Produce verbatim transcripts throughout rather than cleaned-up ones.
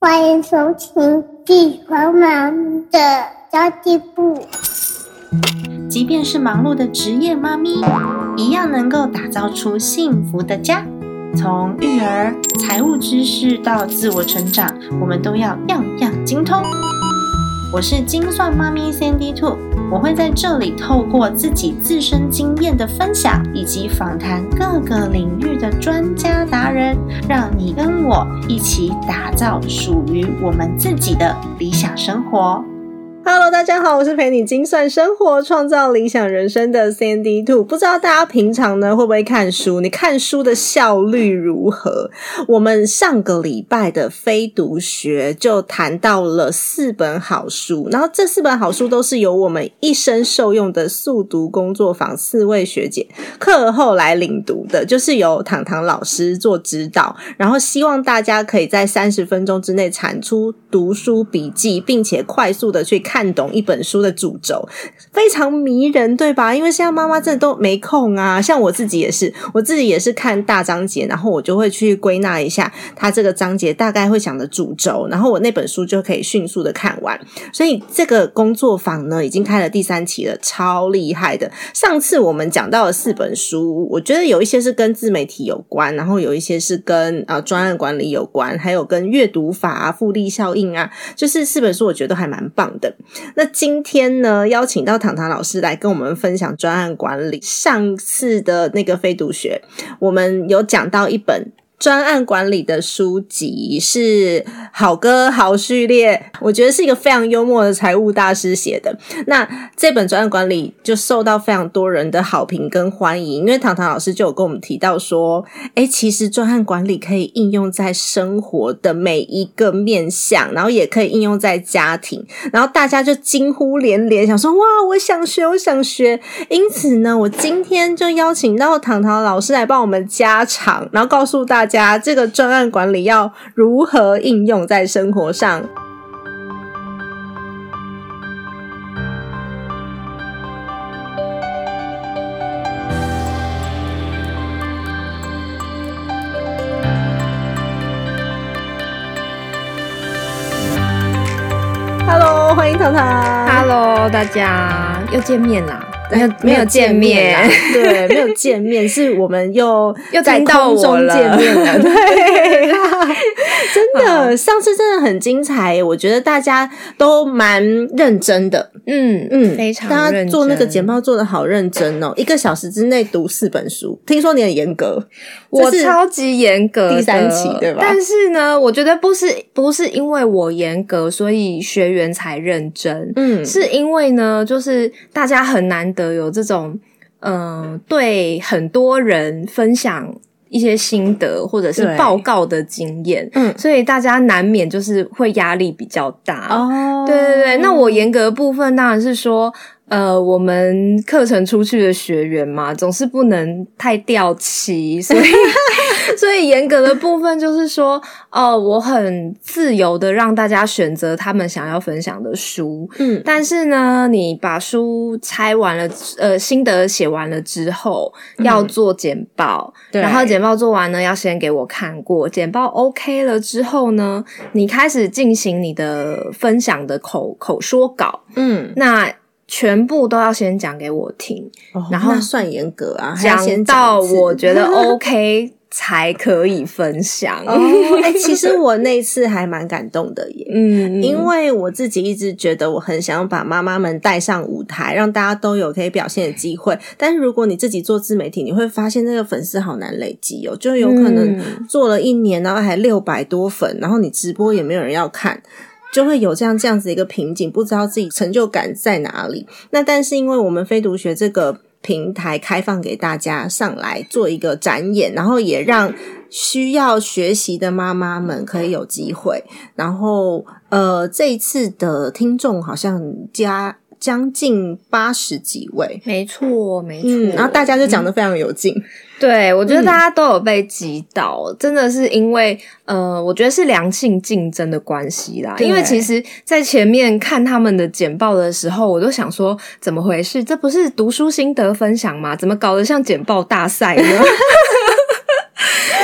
欢迎收听地黄妈咪的交际部。 即便是忙碌的职业妈咪，一样能够打造出幸福的家。从育儿、财务知识到自我成长，我们都要样样精通。我是精算妈咪 Sandy Two， 我会在这里透过自己自身经验的分享，以及访谈各个领域的专家达人，让你跟我一起打造属于我们自己的理想生活。 Hello， 大家好，我是陪你精算生活、创造理想人生的 Sandy Two。不知道大家平常呢会不会看书？你看书的效率如何？我们上个礼拜的非读学就谈到了四本好书，然后这四本好书都是由我们一生受用的速读工作坊四位学姐课后来领读的，就是由糖糖老师做指导，然后希望大家可以在三十分钟之内产出读书笔记，并且快速的去看看懂一本书的主轴，非常迷人，对吧？因为现在妈妈真的都没空啊，像我自己也是，我自己也是看大章节，然后我就会去归纳一下它这个章节大概会讲的主轴，然后我那本书就可以迅速的看完。所以这个工作坊呢已经开了第三期了，超厉害的。上次我们讲到了四本书，我觉得有一些是跟自媒体有关，然后有一些是跟呃专案管理有关，还有跟阅读法啊、复利效应啊，就是四本书我觉得都还蛮棒的。那今天呢，邀请到糖糖老师来跟我们分享专案管理。上次的那个非读学，我们有讲到一本专案管理的书籍，是好歌好序列，我觉得是一个非常幽默的财务大师写的。那这本专案管理就受到非常多人的好评跟欢迎，因为糖糖老师就有跟我们提到说，诶，其实专案管理可以应用在生活的每一个面向，然后也可以应用在家庭，然后大家就惊呼连连，想说哇，我想学，我想学。因此呢，我今天就邀请到糖糖老师来帮我们加场，然后告诉大家这个专案管理要如何应用在生活上。Hello， 欢迎糖糖。 Hello， 大家又见面啦。 没有没有见面，对，没有见面，是我们又又在空中见面了，对啦，真的，上次真的很精彩，我觉得大家都蛮认真的， 嗯嗯，非常认真， 大家做那个简报做得好认真哦，一个小时之内读四本书，听说你很严格， 我超级严格的， 第三期对吧？ 但是呢，我觉得不是不是因为我严格，所以学员才认真，嗯，是因为呢，就是大家很难得有这种嗯、呃，对很多人分享一些心得或者是报告的经验，嗯，所以大家难免就是会压力比较大哦。对对对，那我严格的部分当然是说呃，我们课程出去的学员嘛，总是不能太掉漆，所以所以严格的部分就是说，哦，我很自由的让大家选择他们想要分享的书，嗯，但是呢，你把书拆完了，呃，心得写完了之后，要做简报，嗯，然后简报做完呢，要先给我看过，简报 OK 了之后呢，你开始进行你的分享的口口说稿，嗯，那全部都要先讲给我听， 哦， 然后那算严格啊， 讲到我觉得 OK 才可以分享。 哦，欸，其实我那次还蛮感动的耶，嗯，因为我自己一直觉得我很想把妈妈们带上舞台，让大家都有可以表现的机会。但是如果你自己做自媒体，你会发现那个粉丝好难累积哦，就有可能做了一年，然后还六百多粉，然后你直播也没有人要看。就会有这样这样子一个瓶颈，不知道自己成就感在哪里。那但是因为我们非读学这个平台开放给大家上来做一个展演，然后也让需要学习的妈妈们可以有机会。然后呃，这一次的听众好像加将近八十几位， 没错没错， 嗯，然后大家就讲得非常有劲。嗯， 对，我觉得大家都有被击倒，嗯，真的是因为呃，我觉得是良性竞争的关系啦。因为其实在前面看他们的简报的时候，我都想说怎么回事，这不是读书心得分享吗？怎么搞得像简报大赛呢？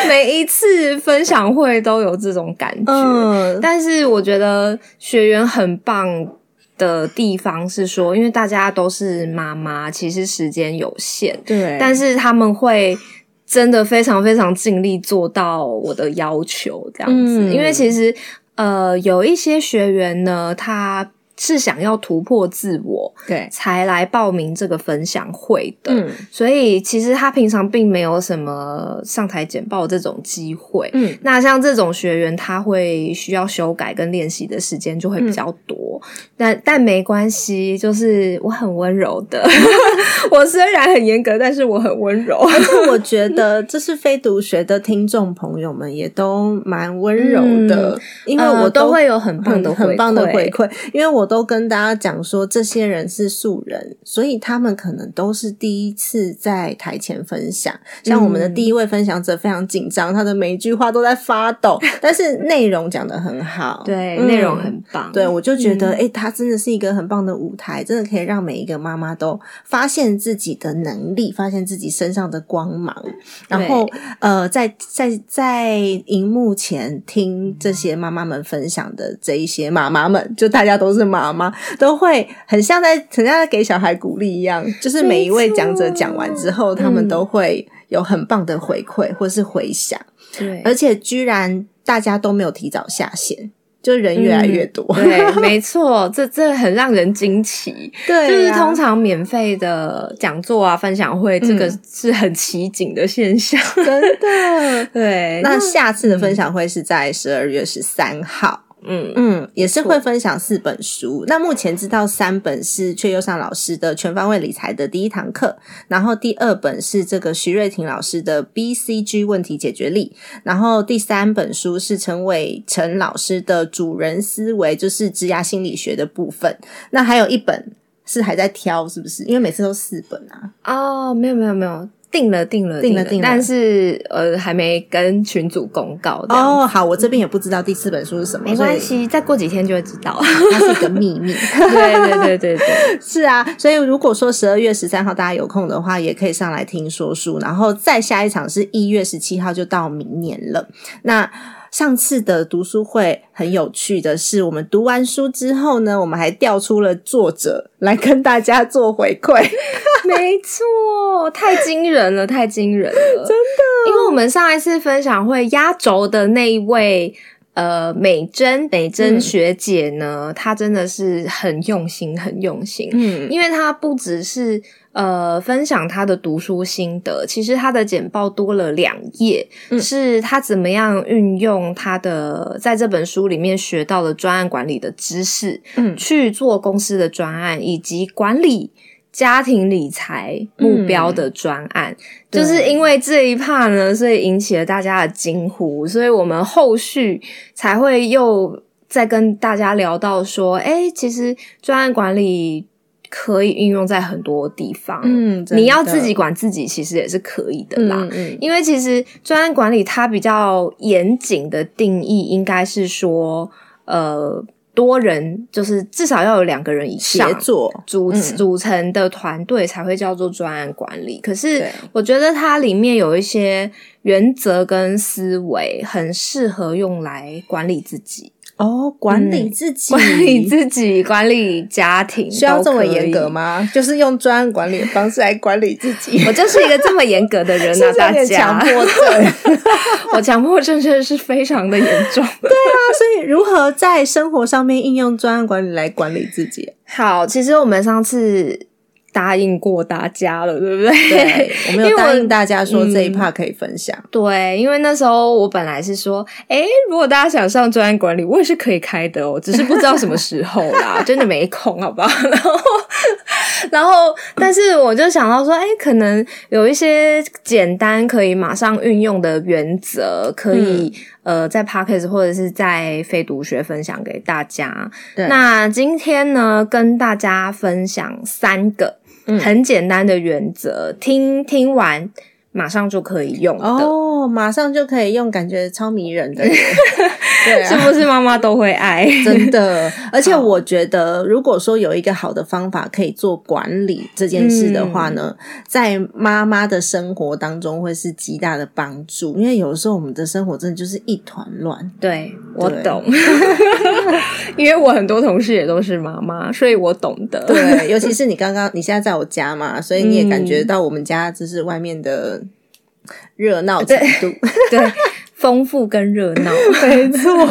每一次分享会都有这种感觉。嗯，但是我觉得学员很棒的地方是说，因为大家都是妈妈，其实时间有限， 对， 但是他们会真的非常非常尽力做到我的要求这样子。嗯，因为其实呃有一些学员呢，他是想要突破自我， 对， 才来报名这个分享会的。 嗯， 所以其实他平常并没有什么上台简报这种机会。 嗯， 那像这种学员，他会需要修改跟练习的时间就会比较多。嗯，但但没关系，就是我很温柔的。我虽然很严格，但是我很温柔。 而且我觉得这是非读学的听众朋友们也都蛮温柔的，嗯，因为我都， 呃，都会有很棒的回馈， 很很棒的回馈，因为我都跟大家讲说，这些人是素人，所以他们可能都是第一次在台前分享。像我们的第一位分享者非常紧张，他的每一句话都在发抖，但是内容讲得很好， 对，嗯，内容很棒。 对，我就觉得，诶，嗯，他真的是一个很棒的舞台，真的可以让每一个妈妈都发现自己的能力，发现自己身上的光芒，然后呃，在在在荧幕前听这些妈妈们分享的这一些妈妈们，就大家都是妈妈，都会很像在很像在给小孩鼓励一样，就是每一位讲者讲完之后，他们都会有很棒的回馈或是回响。 对， 而且居然大家都没有提早下线，就人越来越多。 嗯，对，没错，这这很让人惊奇。 对，啊， 就是通常免费的讲座啊、分享会，这个是很奇景的现象。 嗯，真的。 对， 那下次的分享会是在十二月十三号。 嗯嗯，也是会分享四本书。那目前知道三本是阙佑尚老师的全方位理财的第一堂课，然后第二本是这个徐瑞婷老师的 B C G 问题解决力，然后第三本书是陈伟成老师的主人思维，就是职涯心理学的部分。那还有一本是还在挑，是不是？因为每次都四本啊。 哦，没有没有没有。定了定了定了定了， 但是呃还没跟群组公告。 哦，好，我这边也不知道第四本书是什么， 没关系，再过几天就会知道。 它是一个秘密。 对对对对对， 是啊。所以如果说十二月十三号大家有空的话，也可以上来听说书，然后再下一场是一月十七号就到明年了。那上次的读书会很有趣的是，我们读完书之后呢，我们还调出了作者来跟大家做回馈。 没错，太惊人了，太惊人了，真的。 因为我们上一次分享会压轴的那一位呃美珍美珍学姐呢，嗯，她真的是很用心很用心。嗯，因为她不只是呃分享她的读书心得，其实她的简报多了两页，嗯，是她怎么样运用她的在这本书里面学到的专案管理的知识，嗯，去做公司的专案以及管理家庭理财目标的专案。嗯，就是因为这一 part 呢，所以引起了大家的惊呼，所以我们后续才会又再跟大家聊到说，诶，其实专案管理可以运用在很多地方。嗯，你要自己管自己其实也是可以的啦。嗯嗯，因为其实专案管理它比较严谨的定义应该是说呃多人，就是至少要有两个人以上协作组、嗯、组成的团队才会叫做专案管理。可是我觉得它里面有一些原则跟思维很适合用来管理自己。 哦，管理自己、 嗯、管理自己，管理家庭， 需要这么严格吗？就是用专案管理的方式来管理自己。 我就是一个这么严格的人啊，大家。 强迫症， 我强迫症真的是非常的严重。 对啊，所以如何在生活上面应用专案管理来管理自己？ 好，其实我们上次答应过大家了，对不对？ 对，我们有答应大家说这一 part 可以分享、嗯。 对，因为那时候我本来是说，诶，如果大家想上专案管理，我也是可以开的哦，只是不知道什么时候啦，真的没空，好不好？然后，然后，但是我就想到说，诶，可能有一些简单可以马上运用的原则，可以、嗯、呃在 Podcast 或者是在非读学分享给大家。那今天呢，跟大家分享三个。很简单的原则、嗯、听听完马上就可以用的、哦、 哦，马上就可以用，感觉超迷人的。对啊， 是不是妈妈都会爱？ 真的，而且我觉得如果说有一个好的方法可以做管理这件事的话呢、嗯、在妈妈的生活当中会是极大的帮助，因为有时候我们的生活真的就是一团乱。 对，我懂。因为我很多同事也都是妈妈，所以我懂得。 对，尤其是你刚刚你现在在我家嘛，所以你也感觉到我们家就是外面的热闹程度。 对，对，丰富跟热闹。 没错。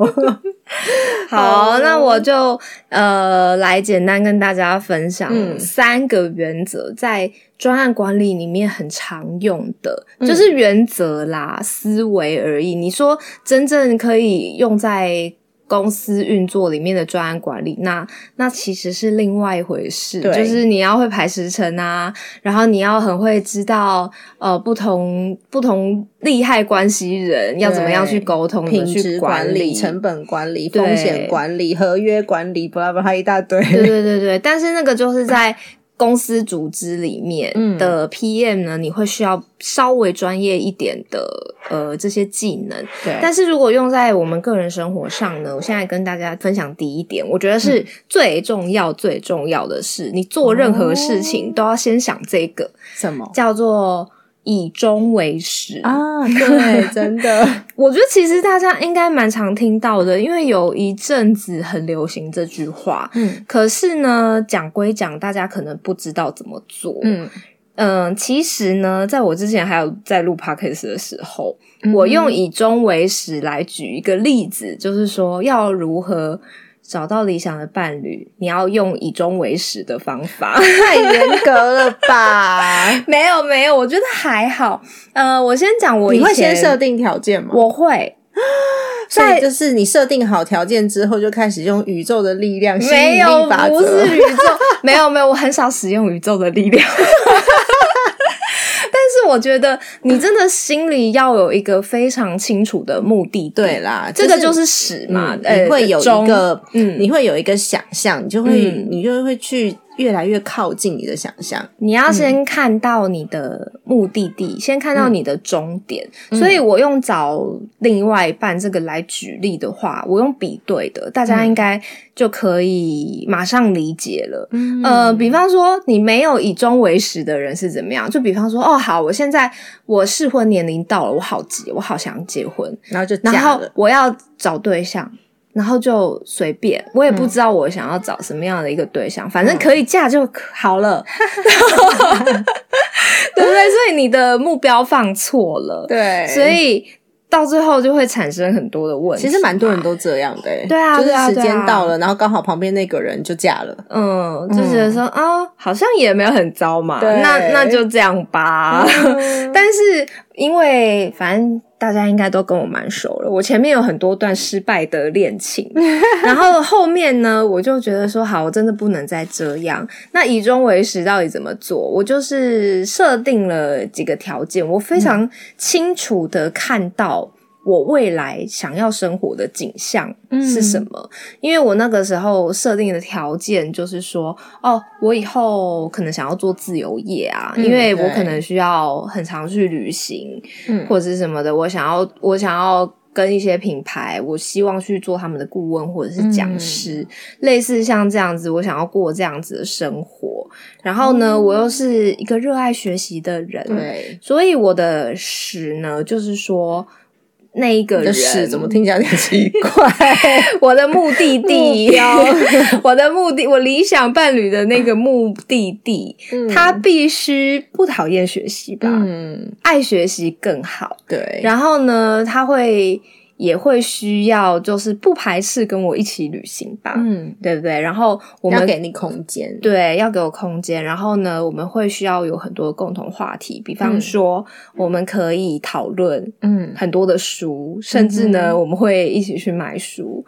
好，那我就呃来简单跟大家分享三个原则，在专案管理里面很常用的、嗯、就是原则啦，思维而已。你说真正可以用在公司运作里面的专案管理，那那其实是另外一回事，就是你要会排时程啊，然后你要很会知道呃不同不同利害关系人要怎么样去沟通， 品质管理、成本管理、风险管理、合约管理，巴拉巴拉一大堆。 对对对对，但是那个就是在公司组织里面的 P M 呢、嗯、你会需要稍微专业一点的呃这些技能。 对， 但是如果用在我们个人生活上呢，我现在跟大家分享第一点，我觉得是最重要、嗯、最重要的是你做任何事情都要先想这个、哦、 什么叫做以终为始啊？对，真的。 我觉得其实大家应该蛮常听到的，因为有一阵子很流行这句话。嗯，可是呢，讲归讲，大家可能不知道怎么做。嗯嗯、呃，其实呢，在我之前还有在录 podcast 的时候，嗯、我用以终为始来举一个例子，就是说要如何找到理想的伴侣，你要用以终为始的方法。 太严格了吧？ 没有没有，我觉得还好。呃，我先讲我以前， 你会先设定条件吗？ 我会。 所以就是你设定好条件之后，就开始用宇宙的力量、吸引力法则。 没有，不是宇宙，没有没有，我很少使用宇宙的力量。但是我觉得你真的心里要有一个非常清楚的目的地。 对啦， 这个就是始嘛、 嗯呃、你会有一个嗯， 你会有一个想象，你就会、嗯、你就会去越来越靠近你的想象。 你要先看到你的目的地、嗯、先看到你的终点、嗯、所以我用找另外一半这个来举例的话，我用比对的，大家应该就可以马上理解了。嗯，呃，比方说你没有以终为始的人是怎么样，就比方说哦好，我现在我适婚年龄到了，我好急，我好想结婚， 然后就嫁了， 然后我要找对象，然后就随便，我也不知道我想要找什么样的一个对象、嗯、反正可以嫁就好了。对不对？所以你的目标放错了。 对， 所以到最后就会产生很多的问题。 其实蛮多人都这样的、欸、 对啊， 就是时间到了、啊啊、然后刚好旁边那个人就嫁了。 嗯，就觉得说啊、嗯哦，好像也没有很糟嘛，那那就这样吧、嗯、但是因为反正大家应该都跟我蛮熟了，我前面有很多段失败的恋情。然后后面呢，我就觉得说好，我真的不能再这样。那以终为始到底怎么做？我就是设定了几个条件，我非常清楚的看到我未来想要生活的景象是什么、嗯、因为我那个时候设定的条件就是说哦，我以后可能想要做自由业啊、嗯、因为我可能需要很常去旅行、嗯、或者是什么的，我想要我想要跟一些品牌，我希望去做他们的顾问或者是讲师、嗯、类似像这样子，我想要过这样子的生活。然后呢、嗯、我又是一个热爱学习的人，对，所以我的始呢就是说那一个人的始怎么听起来有点奇怪？ 我的目的地，目标我的目的，我理想伴侣的那个目的地，嗯、他必须不讨厌学习吧？嗯，爱学习更好。 对， 然后呢，他会也会需要就是不排斥跟我一起旅行吧，嗯，对不对？然后我们要给你空间， 对，要给我空间。然后呢，我们会需要有很多的共同话题，比方说、嗯、我们可以讨论嗯很多的书，甚至呢、嗯、我们会一起去买书。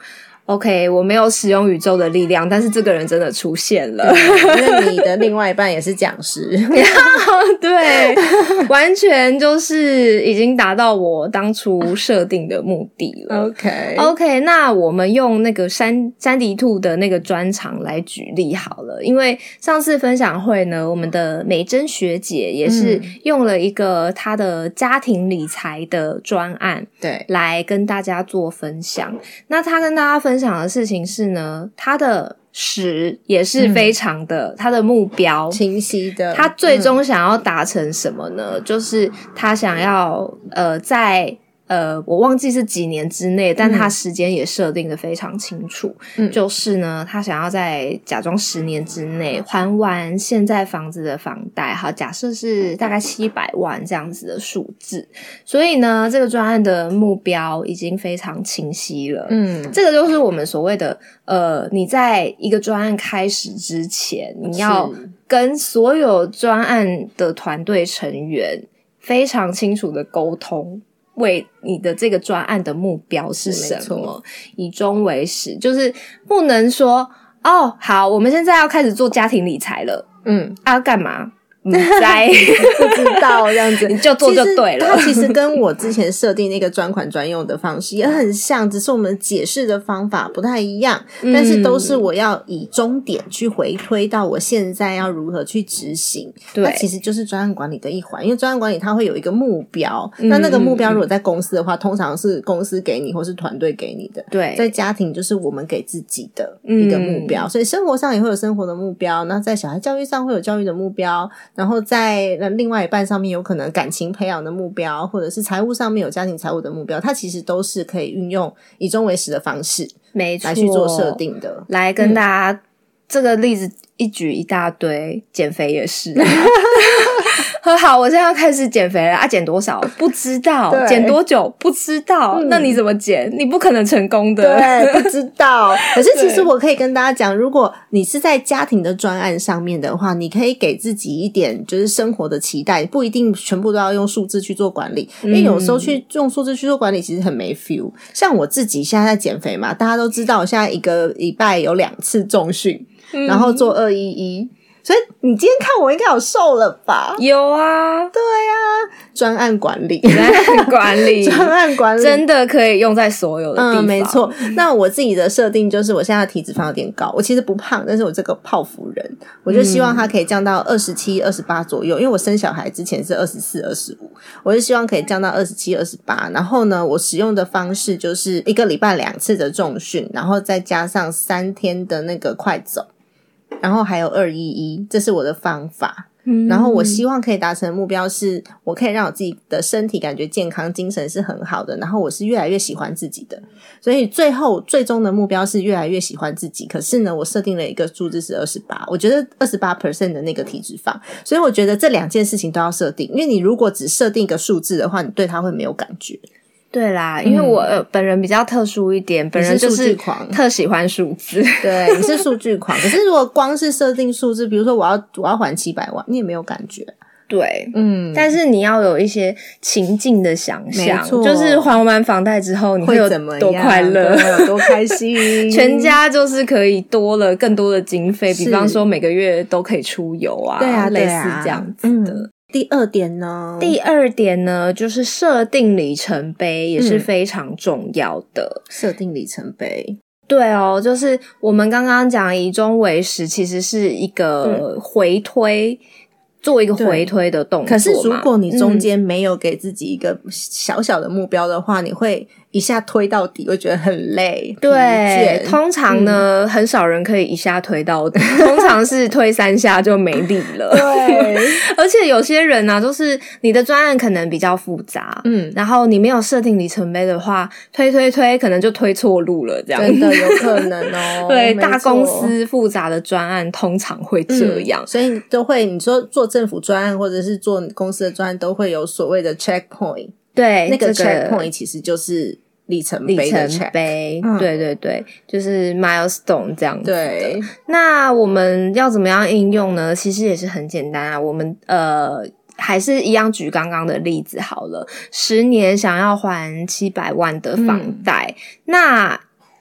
OK， 我没有使用宇宙的力量，但是这个人真的出现了。 因为你的另外一半也是讲师。 对，完全就是已经达到我当初设定的目的了。 OK OK， 那我们用那个山山迪兔的那个专场来举例好了，因为上次分享会呢，我们的美珍学姐也是用了一个她的家庭理财的专案， 对， 来跟大家做分享。那她跟大家分享的事情是呢，她的十也是非常的、嗯、他的目标清晰的， 他最终想要达成什么呢、嗯、就是他想要呃在呃我忘记是几年之内，但他时间也设定的非常清楚、嗯、就是呢他想要在假装十年之内还完现在房子的房贷，好，假设是大概七百万这样子的数字，所以呢这个专案的目标已经非常清晰了。嗯，这个就是我们所谓的呃你在一个专案开始之前，你要跟所有专案的团队成员非常清楚的沟通，为你的这个专案的目标是什么，以终为始，就是不能说哦好我们现在要开始做家庭理财了，嗯啊干嘛不知不知道这样子你就做就对了。 它其实跟我之前设定那个专款专用的方式也很像，只是我们解释的方法不太一样、嗯、但是都是我要以终点去回推到我现在要如何去执行。对，那其实就是专案管理的一环，因为专案管理它会有一个目标、嗯、那那个目标如果在公司的话、嗯、通常是公司给你或是团队给你的，对，在家庭就是我们给自己的一个目标、嗯、所以生活上也会有生活的目标，那在小孩教育上会有教育的目标，然后在另外一半上面有可能感情培养的目标，或者是财务上面有家庭财务的目标，它其实都是可以运用以终为始的方式没错来去做设定的。 来跟大家、嗯、这个例子一举一大堆，减肥也是好我现在要开始减肥了啊，减多少不知道，减多久不知道、嗯、那你怎么减？你不可能成功的， 对，不知道。可是其实我可以跟大家讲，如果你是在家庭的专案上面的话，你可以给自己一点就是生活的期待，不一定全部都要用数字去做管理、嗯、因为有时候去用数字去做管理其实很没 feel。 像我自己现在在减肥嘛，大家都知道我现在一个礼拜有两次重训、嗯、然后做二一一，所以你今天看我应该有瘦了吧？ 有啊， 对啊，专案管理， 专案管理， 专案管理真的可以用在所有的地方。 嗯，没错。那我自己的设定就是我现在的体脂肪有点高，我其实不胖，但是我这个泡芙人，我就希望它可以降到二十七、二十八左右，因为我生小孩之前是二十四、二十五，我就希望可以降到二十七、二十八。然后呢，我使用的方式就是一个礼拜两次的重训，然后再加上三天的那个快走。然后还有二一一，这是我的方法、嗯、然后我希望可以达成的目标是我可以让我自己的身体感觉健康，精神是很好的，然后我是越来越喜欢自己的，所以最后最终的目标是越来越喜欢自己。可是呢我设定了一个数字是二十八，我觉得 百分之二十八 的那个体脂肪，所以我觉得这两件事情都要设定，因为你如果只设定一个数字的话，你对它会没有感觉。 对啦，因为我、嗯呃、本人比较特殊一点，本人就是特喜欢数字。 对，你是数据狂。可是如果光是设定数字，比如说我要我要还七百万，你也没有感觉。 对，嗯，但是你要有一些情境的想象，就是还完房贷之后你会有多快乐， 有多开心， 全家就是可以多了更多的经费，比方说每个月都可以出游啊， 对啊， 类似这样子的。嗯， 第二点呢？ 第二点呢，就是设定里程碑也是非常重要的。 设、嗯、定里程碑， 对哦，就是我们刚刚讲以终为始，其实是一个回推。嗯，做一个回推的动作嘛。 可是如果你中间没有给自己一个小小的目标的话、嗯、你会一下推到底，会觉得很累。 对，通常呢、嗯、很少人可以一下推到底，通常是推三下就没力了。对，而且有些人啊，就是你的专案可能比较复杂，嗯，然后你没有设定里程碑的话，推推推可能就推错路了，这样真的有可能哦。 对，大公司复杂的专案通常会这样、 嗯、所以都会，你说做政府专案或者是做公司的专案都会有所谓的 checkpoint。 对， 那个 checkpoint 其实就是里程碑的 check， 里程碑、嗯、对对对，就是 milestone 这样子的。 对， 那我们要怎么样应用呢？其实也是很简单啊，我们呃还是一样举刚刚的例子好了，十年想要还七百万的房贷、嗯、那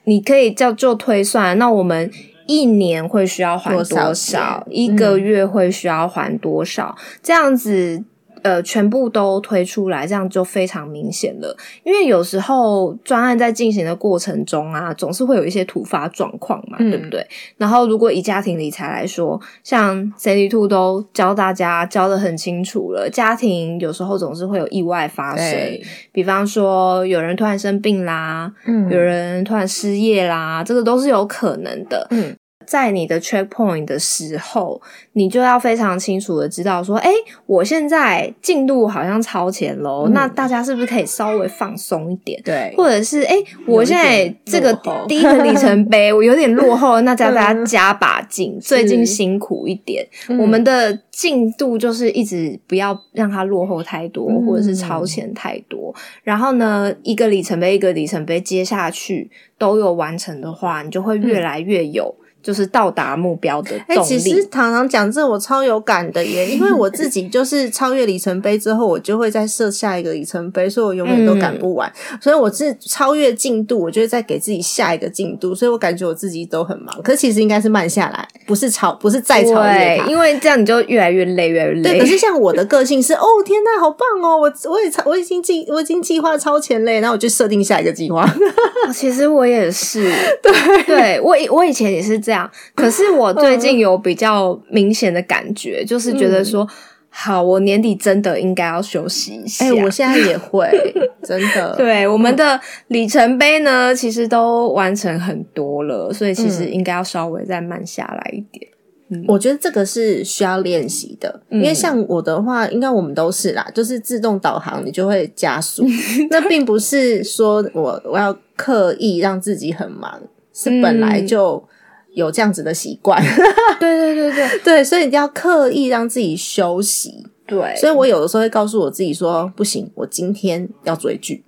你可以叫做推算，那我们一年会需要还多少，多少一个月会需要还多少、嗯、这样子呃，全部都推出来，这样就非常明显了。因为有时候专案在进行的过程中啊，总是会有一些突发状况嘛、嗯、对不对？然后如果以家庭理财来说，像 Sandy Two 都教大家教得很清楚了，家庭有时候总是会有意外发生，比方说有人突然生病啦、嗯、有人突然失业啦，这个都是有可能的。嗯，在你的 checkpoint 的时候，你就要非常清楚的知道说，诶，我现在进度好像超前咯、嗯、那大家是不是可以稍微放松一点？对，或者是诶，我现在这个第一个里程碑我有点落后，那叫大家加把劲、嗯、最近辛苦一点、嗯、我们的进度就是一直不要让它落后太多、嗯、或者是超前太多，然后呢一个里程碑一个里程碑接下去都有完成的话，你就会越来越有、嗯就是到达目标的动力。 欸、其实常常讲这我超有感的耶，因为我自己就是超越里程碑之后，我就会再设下一个里程碑，所以我永远都赶不完、嗯、所以我是超越进度，我就会再给自己下一个进度，所以我感觉我自己都很忙，可是其实应该是慢下来，不是超不是再超越它， 因为这样你就越来越累越来越累。 对，可是像我的个性是哦天哪好棒哦，我我也我已经计我已经计划超前嘞，然后我就设定下一个计划其实我也是对对，我我以前也是这样，可是我最近有比较明显的感觉，就是觉得说、嗯、好，我年底真的应该要休息一下。 哎、欸，我现在也会真的。 对，我们的里程碑呢其实都完成很多了，所以其实应该要稍微再慢下来一点。嗯、 我觉得这个是需要练习的、嗯、因为像我的话应该我们都是啦，就是自动导航你就会加速那并不是说我我要刻意让自己很忙，是本来就有这样子的习惯对对对对对，所以你要刻意让自己休息。 对， 所以我有的时候会告诉我自己说不行，我今天要追剧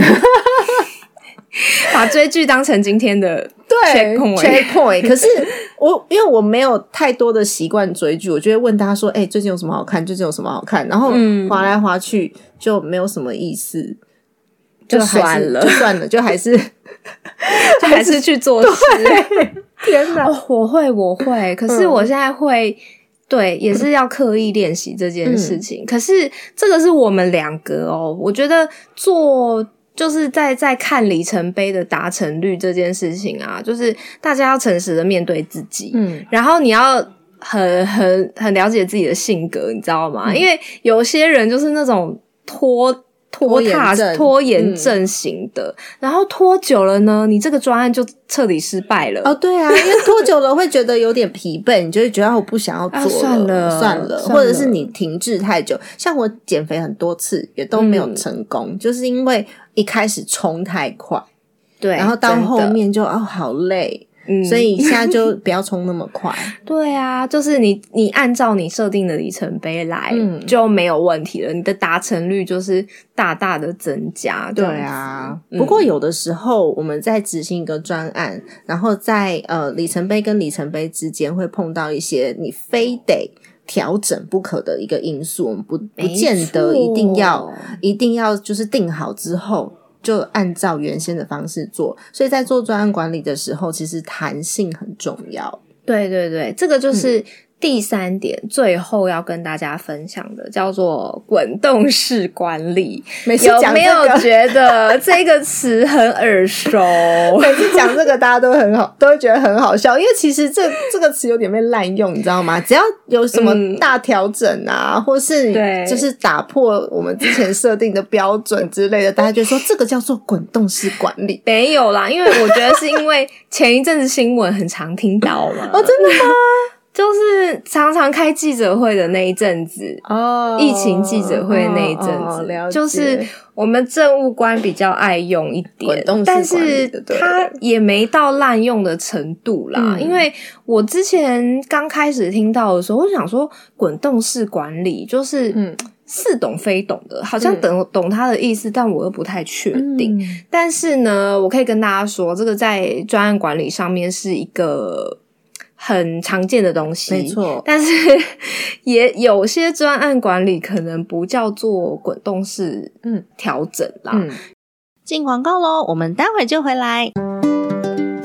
把追剧当成今天的 checkpoint checkpoint 可是我因为我没有太多的习惯追剧，我就会问他说哎、欸，最近有什么好看，最近有什么好看，然后滑来滑去就没有什么意思， 就算了就算了就还是就还是去做事天哪、 哦、我会我会可是我现在会、嗯对，也是要刻意练习这件事情、嗯、可是这个是我们两个哦，我觉得做就是在在看里程碑的达成率这件事情啊，就是大家要诚实的面对自己，嗯，然后你要很很很了解自己的性格，你知道吗、嗯、因为有些人就是那种拖拖沓拖延症型的、嗯、然后拖久了呢你这个专案就彻底失败了。 哦对啊，因为拖久了会觉得有点疲惫你就会觉得我不想要做了、啊、 算了算了或者是你停滞太久，像我减肥很多次也都没有成功、嗯、就是因为一开始冲太快，对，然后到后面就哦好累，嗯，所以现在就不要冲那么快对啊，就是你你按照你设定的里程碑来、嗯、就没有问题了，你的达成率就是大大的增加。 对啊、嗯、不过有的时候我们在执行一个专案，然后在呃里程碑跟里程碑之间会碰到一些你非得调整不可的一个因素，我们不不见得一定要一定要就是定好之后就按照原先的方式做，所以在做专案管理的时候其实弹性很重要。 对对对，这个就是第三点、嗯、最后要跟大家分享的叫做滚动式管理。 每次讲、这个、 有没有觉得这个词很耳熟每次讲这个大家都很好都会觉得很好笑，因为其实这这个词有点被滥用你知道吗，只要有什么大调整啊、嗯、或是就是打破我们之前设定的标准之类的大家就说这个叫做滚动式管理。 没有啦，因为我觉得是因为前一阵子新闻很常听到嘛哦真的吗就是常常开记者会的那一阵子哦，疫情记者会的那一阵子、哦哦、就是我们政务官比较爱用一点，但是他也没到滥用的程度啦、嗯、因为我之前刚开始听到的时候我想说滚动式管理就是嗯似懂非懂的，好像懂、嗯、懂他的意思但我又不太确定、嗯、但是呢我可以跟大家说这个在专案管理上面是一个很常见的东西， 没错， 但是也有些专案管理可能不叫做滚动式调整啦。嗯， 进广告咯，我们待会就回来。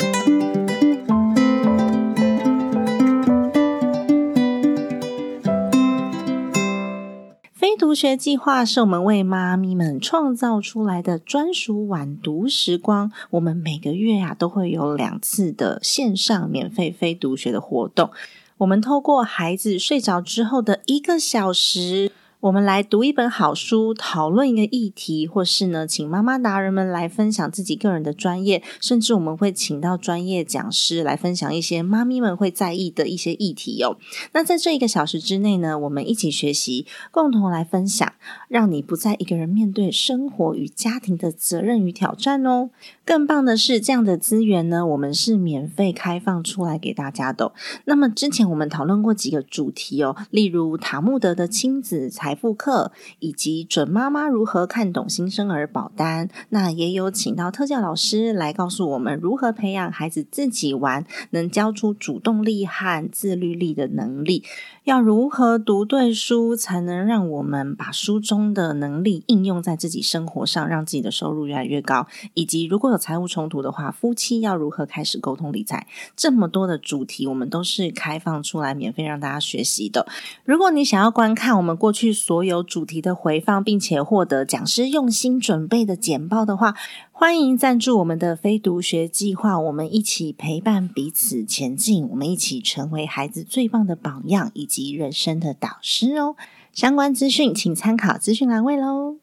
学计划是我们为妈咪们创造出来的专属晚读时光，我们每个月啊都会有两次的线上免费非读学的活动，我们透过孩子睡着之后的一个小时，我们来读一本好书，讨论一个议题，或是呢请妈妈达人们来分享自己个人的专业，甚至我们会请到专业讲师来分享一些妈咪们会在意的一些议题哦。那在这一个小时之内呢，我们一起学习，共同来分享，让你不再一个人面对生活与家庭的责任与挑战哦。更棒的是，这样的资源呢，我们是免费开放出来给大家的哦。那么之前我们讨论过几个主题哦，例如塔木德的亲子财富课，以及准妈妈如何看懂新生儿保单。那也有请到特教老师来告诉我们如何培养孩子自己玩，能教出主动力和自律力的能力。要如何读对书，才能让我们把书中的能力应用在自己生活上，让自己的收入越来越高，以及如果有财务冲突的话，夫妻要如何开始沟通理财。这么多的主题我们都是开放出来免费让大家学习的。如果你想要观看我们过去所有主题的回放，并且获得讲师用心准备的简报的话，欢迎赞助我们的非读学计划，我们一起陪伴彼此前进，我们一起成为孩子最棒的榜样以及人生的导师哦。相关资讯请参考资讯栏位咯。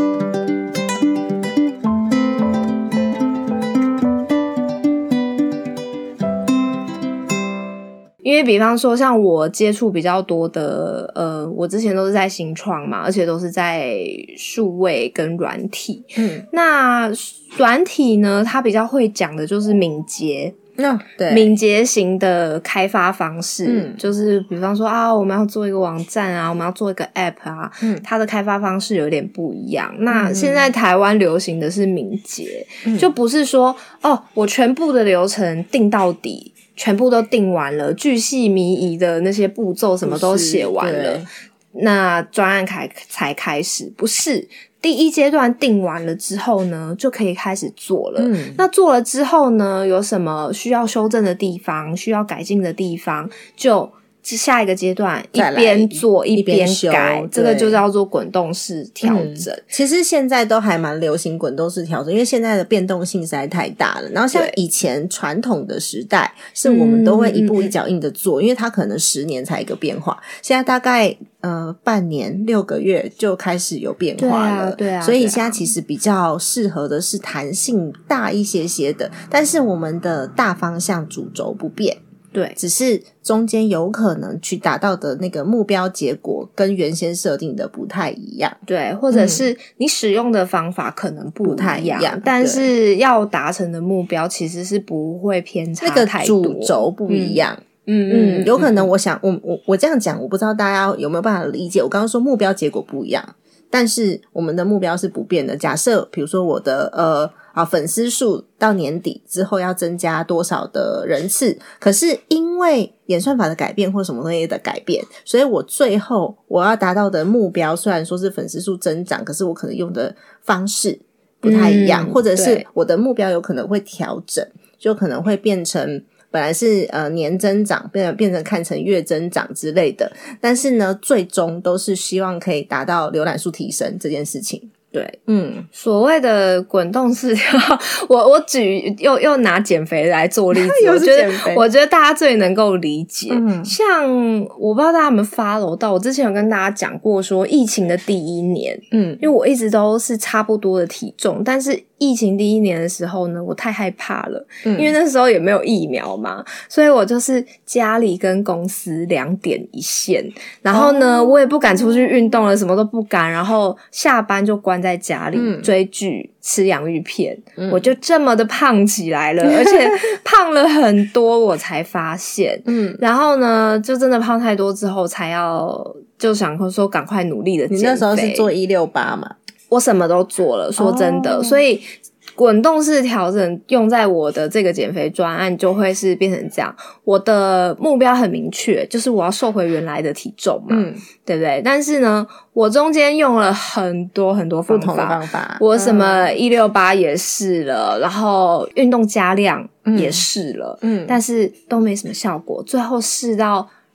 因为比方说像我接触比较多的呃，我之前都是在新创嘛，而且都是在数位跟软体。嗯，那软体呢，它比较会讲的就是敏捷。 嗯、oh, 对， 敏捷型的开发方式，嗯，就是比方说啊，我们要做一个网站啊，我们要做一个 app 啊，嗯，它的开发方式有点不一样。嗯、那现在台湾流行的是敏捷，嗯，就不是说哦，我全部的流程定到底，全部都定完了，巨细靡遗的那些步骤什么都写完了，那专案才才开始，不是。第一阶段定完了之后呢，就可以开始做了。嗯，那做了之后呢，有什么需要修正的地方，需要改进的地方，就下一个阶段一边做一边改，这个就叫做滚动式调整。嗯， 其实现在都还蛮流行滚动式调整，因为现在的变动性实在太大了。然后像以前传统的时代，是我们都会一步一脚印的做，嗯，因为它可能十年才一个变化，现在大概呃半年六个月就开始有变化了。 对啊，对啊， 所以现在其实比较适合的是弹性大一些些的，但是我们的大方向主轴不变。 对， 只是中间有可能去达到的那个目标结果跟原先设定的不太一样。 对，或者是你使用的方法可能不太一样，嗯，但是要达成的目标其实是不会偏差太多， 那个主轴不一样。 嗯嗯，有可能我想我我我这样讲，我不知道大家有没有办法理解。我刚刚说目标结果不一样，但是我们的目标是不变的。假设比如说我的呃啊粉丝数到年底之后要增加多少的人次，可是因为演算法的改变或什么东西的改变，所以我最后我要达到的目标虽然说是粉丝数增长，可是我可能用的方式不太一样，嗯，或者是我的目标有可能会调整，就可能会变成本来是呃年增长变成变成看成月增长之类的，但是呢最终都是希望可以达到浏览数提升这件事情。 对，嗯，所谓的滚动式调，我我举又又拿减肥来做例子，我觉得我觉得大家最能够理解。嗯，像我不知道大家有没有 follow 到，我之前有跟大家讲过说，疫情的第一年，嗯，因为我一直都是差不多的体重，但是疫情第一年的时候呢，我太害怕了，嗯，因为那时候也没有疫苗嘛，所以我就是家里跟公司两点一线，然后呢，哦，我也不敢出去运动了，什么都不敢，然后下班就关在家里，嗯，追剧吃洋芋片，嗯，我就这么的胖起来了，而且胖了很多我才发现，嗯，然后呢就真的胖太多之后才要就想说赶快努力的减肥。 你那时候是做一六八嘛？ 我什么都做了，说真的， oh. 所以滚动式调整用在我的这个减肥专案就会是变成这样，我的目标很明确，就是我要瘦回原来的体重嘛，嗯，对不对？但是呢，我中间用了很多很多方法， 不同的方法， 我什么一六八也试了，嗯，然后运动加量也试了，嗯，但是都没什么效果，最后试到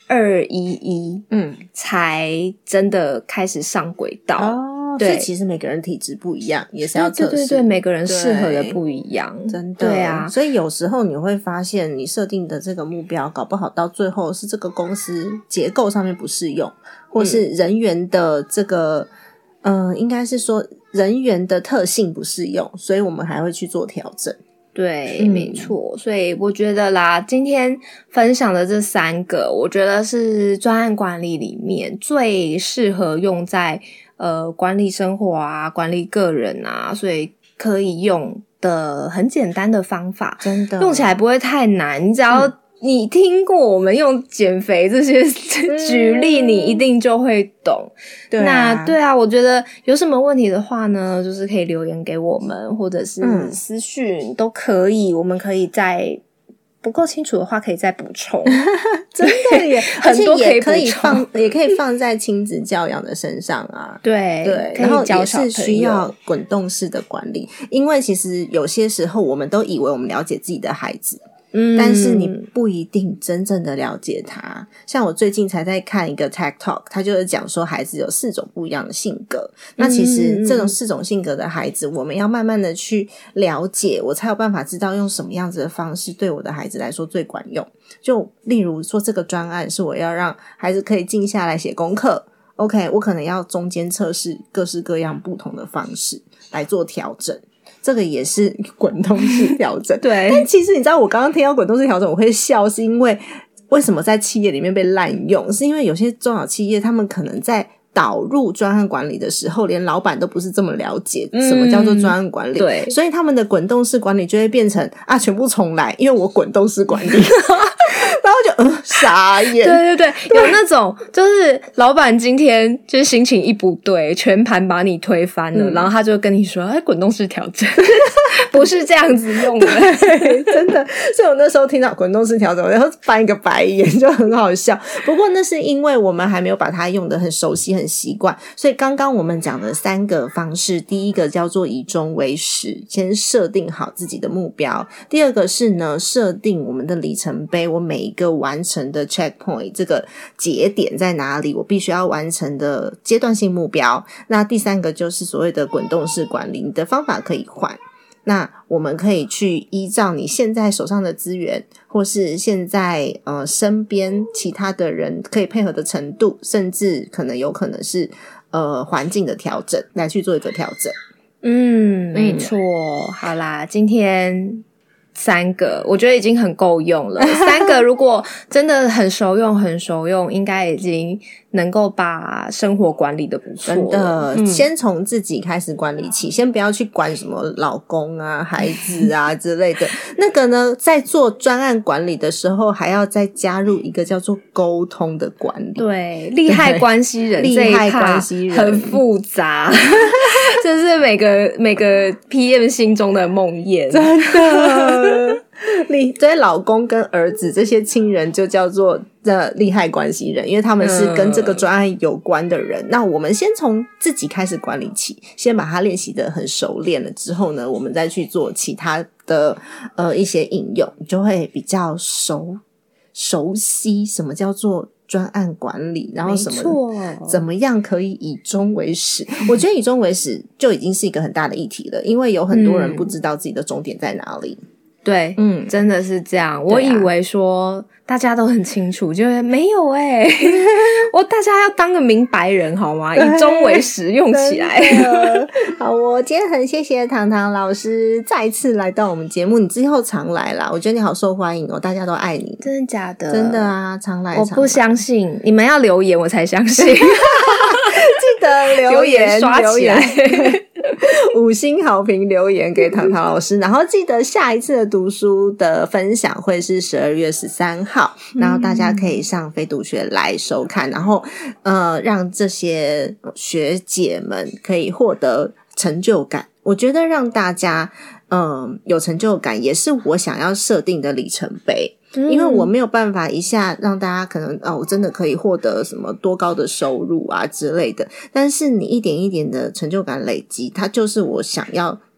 二一一，嗯，才真的开始上轨道。 哦， 对， 所以其实每个人体质不一样，也是要测试。 对对对，每个人适合的不一样， 真的。 对啊， 所以有时候你会发现，你设定的这个目标，搞不好到最后是这个公司结构上面不适用，或是人员的这个，嗯、呃，应该是说人员的特性不适用，所以我们还会去做调整。 对，嗯，没错。所以我觉得啦，今天分享的这三个，我觉得是专案管理里面最适合用在呃管理生活啊、管理个人啊，所以可以用的很简单的方法， 真的用起来不会太难。你只要、嗯你听过我们用减肥这些举例，你一定就会懂。 对啊， 那对啊，我觉得有什么问题的话呢，就是可以留言给我们，或者是私讯、嗯、都可以。我们可以再不够清楚的话，可以再补充。 真的耶， 很多可以可以放，也可以放在亲子教养的身上啊。 对对， 可以教小朋友， 然后也是需要滚动式的管理，因为其实有些时候我们都以为我们了解自己的孩子。嗯，但是你不一定真正的了解他。像我最近才在看一个 TED Talk， 他就是讲说孩子有四种不一样的性格。那其实这种四种性格的孩子，我们要慢慢的去了解，我才有办法知道用什么样子的方式对我的孩子来说最管用。就例如说这个专案是我要让孩子可以静下来写功课 ，OK， 我可能要中间测试各式各样不同的方式来做调整。这个也是滚动式调整。 对， 但其实你知道我刚刚听到滚动式调整我会笑，是因为为什么在企业里面被滥用，是因为有些中小企业他们可能在导入专案管理的时候，连老板都不是这么了解什么叫做专案管理、嗯、 对， 所以他们的滚动式管理就会变成啊全部重来，因为我滚动式管理然后就呃傻眼。 对对对，有那种就是老板今天就是心情一不对，全盘把你推翻了、嗯、然后他就跟你说哎，滚动式调整不是这样子用的真的。所以我那时候听到滚动式调整然后翻一个白眼，就很好笑。不过那是因为我们还没有把它用得很熟悉很习惯，所以刚刚我们讲的三个方式，第一个叫做以终为始，先设定好自己的目标。第二个是呢，设定我们的里程碑，我每一个完成的 checkpoint 这个节点在哪里，我必须要完成的阶段性目标。那第三个就是所谓的滚动式管理，你的方法可以换，那我们可以去依照你现在手上的资源，或是现在呃身边其他的人可以配合的程度，甚至可能有可能是呃环境的调整，来去做一个调整。 嗯，没错。好啦，今天三个我觉得已经很够用了三个如果真的很熟用很熟用，应该已经能够把生活管理的不错了。 真的、嗯、先从自己开始管理起，先不要去管什么老公啊孩子啊之类的那个呢，在做专案管理的时候还要再加入一个叫做沟通的管理。 对，利害关系人这一趴很复杂这是每个每个 P M 心中的梦魇， 真的你对老公跟儿子这些亲人就叫做的利害关系人，因为他们是跟这个专案有关的人、嗯、那我们先从自己开始管理起，先把它练习得很熟练了之后呢，我们再去做其他的呃一些应用，你就会比较熟熟悉什么叫做专案管理，然后什么怎么样可以以终为始我觉得以终为始就已经是一个很大的议题了，因为有很多人不知道自己的终点在哪里、嗯对，嗯，真的是这样。我以为说大家都很清楚，就没有欸我大家要当个明白人好吗？以终为始用起来好，我今天很谢谢糖糖老师再次来到我们节目，你之后常来啦，我觉得你好受欢迎哦，大家都爱你。 真的假的？ 真的啊，常来常来。 我不相信，你们要留言我才相信记得留言刷起来五星好评留言给糖糖老师然后记得下一次的读书的分享会是十二月十三号、嗯、然后大家可以上非读学来收看，然后呃，让这些学姐们可以获得成就感。我觉得让大家嗯、呃、有成就感也是我想要设定的里程碑，因为我没有办法一下让大家可能哦，我真的可以获得什么多高的收入啊之类的，但是你一点一点的成就感累积，它就是我想要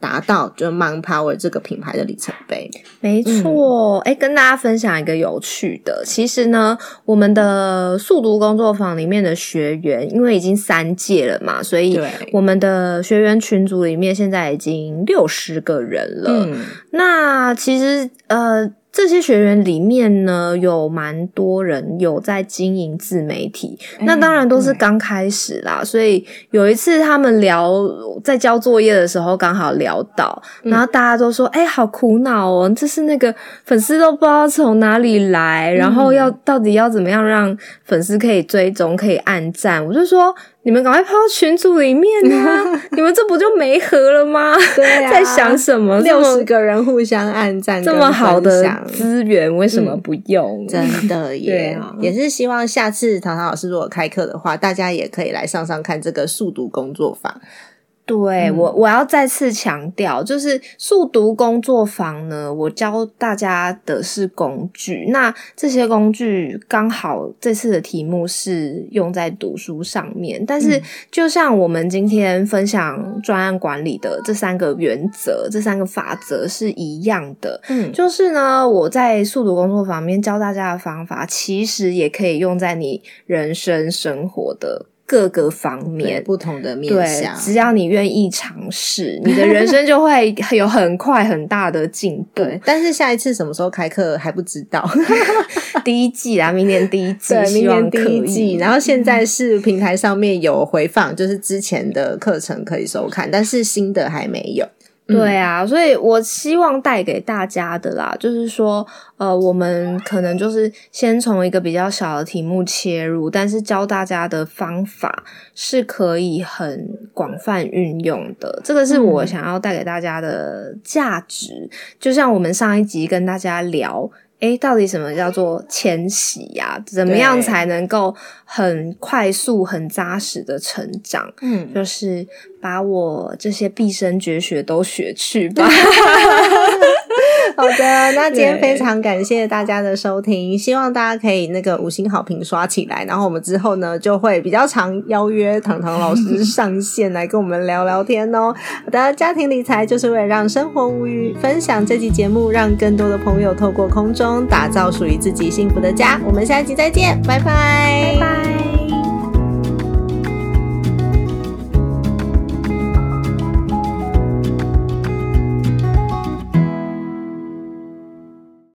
达到就 MomPower 这个品牌的里程碑。 没错，哎、嗯欸，跟大家分享一个有趣的，其实呢，我们的速读工作坊里面的学员，因为已经三届了嘛，所以我们的学员群组里面现在已经六十个人了。嗯，那其实呃。这些学员里面呢，有蛮多人有在经营自媒体，嗯、那当然都是刚开始啦。所以有一次他们聊在交作业的时候，刚好聊到，嗯、然后大家都说：“哎、欸，好苦恼哦，这是那个粉丝都不知道从哪里来，然后要到底要怎么样让粉丝可以追踪、可以按赞。”我就说。你们赶快抛到群组里面啊！你们这不就没合了吗？ 对啊， 在想什么？ 六十个人互相按赞， 这么好的资源，为什么不用？ 嗯、真的耶！ 对啊， 也是希望下次唐唐老师如果开课的话，大家也可以来上上看这个速读工作坊。 对，我我要再次强调，就是速读工作坊呢，我教大家的是工具，那这些工具刚好这次的题目是用在读书上面，但是就像我们今天分享专案管理的这三个原则，这三个法则是一样的，嗯，就是呢，我在速读工作坊里面教大家的方法，其实也可以用在你人生生活的各个方面， 不同的面向， 对，只要你愿意尝试，你的人生就会有很快很大的进步。 对，但是下一次什么时候开课还不知道。 第一季啦，明年第一季， 对，明年第一季。 然后现在是平台上面有回放，就是之前的课程可以收看，但是新的还没有。 对啊，所以我希望带给大家的啦，就是说，呃，我们可能就是先从一个比较小的题目切入，但是教大家的方法是可以很广泛运用的，这个是我想要带给大家的价值。嗯、就像我们上一集跟大家聊，诶，到底什么叫做迁徙呀？怎么样才能够很快速、很扎实的成长？嗯，就是把我这些毕生绝学都学去吧。 好的，那今天非常感谢大家的收听，希望大家可以那个五星好评刷起来，然后我们之后呢就会比较常邀约唐唐老师上线来跟我们聊聊天哦。好的，家庭理财就是为了让生活无虞，分享这期节目，让更多的朋友透过空中打造属于自己幸福的家。我们下一集再见，拜拜， 拜拜。